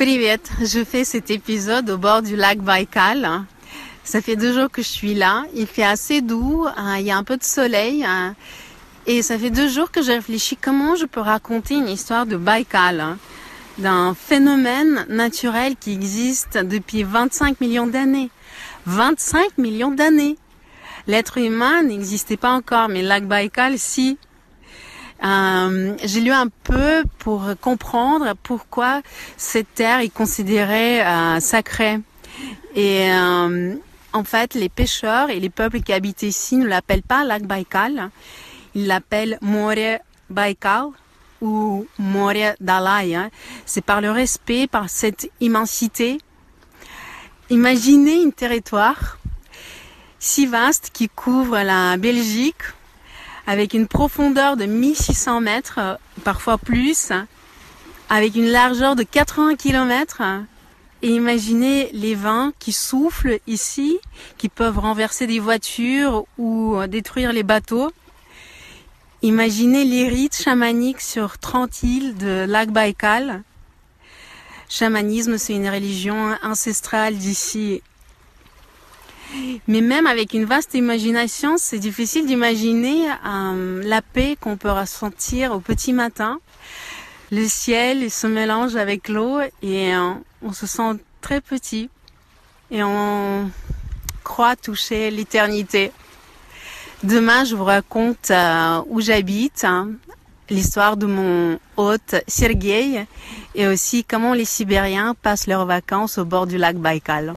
Привет, je fais cet épisode au bord du lac Baïkal. Ça fait 2 jours que je suis là, il fait assez doux, il y a un peu de soleil et ça fait 2 jours que j'ai réfléchi comment je peux raconter une histoire de Baïkal, d'un phénomène naturel qui existe depuis 25 millions d'années. 25 millions d'années! L'être humain n'existait pas encore, mais le lac Baïkal, si. J'ai lu un peu pour comprendre pourquoi cette terre est considérée sacrée. Et en fait, les pêcheurs et les peuples qui habitent ici ne l'appellent pas lac Baïkal, ils l'appellent More Baïkal ou More Dalai. C'est par le respect, par cette immensité. Imaginez un territoire si vaste qui couvre la Belgique, avec une profondeur de 1600 mètres, parfois plus, avec une largeur de 80 km. Et imaginez les vents qui soufflent ici, qui peuvent renverser des voitures ou détruire les bateaux. Imaginez les rites chamaniques sur 30 îles de lac Baïkal. Chamanisme, c'est une religion ancestrale d'ici. Mais même avec une vaste imagination, c'est difficile d'imaginer la paix qu'on peut ressentir au petit matin. Le ciel se mélange avec l'eau et on se sent très petit et on croit toucher l'éternité. Demain, je vous raconte où j'habite, l'histoire de mon hôte Sergueï et aussi comment les Sibériens passent leurs vacances au bord du lac Baïkal.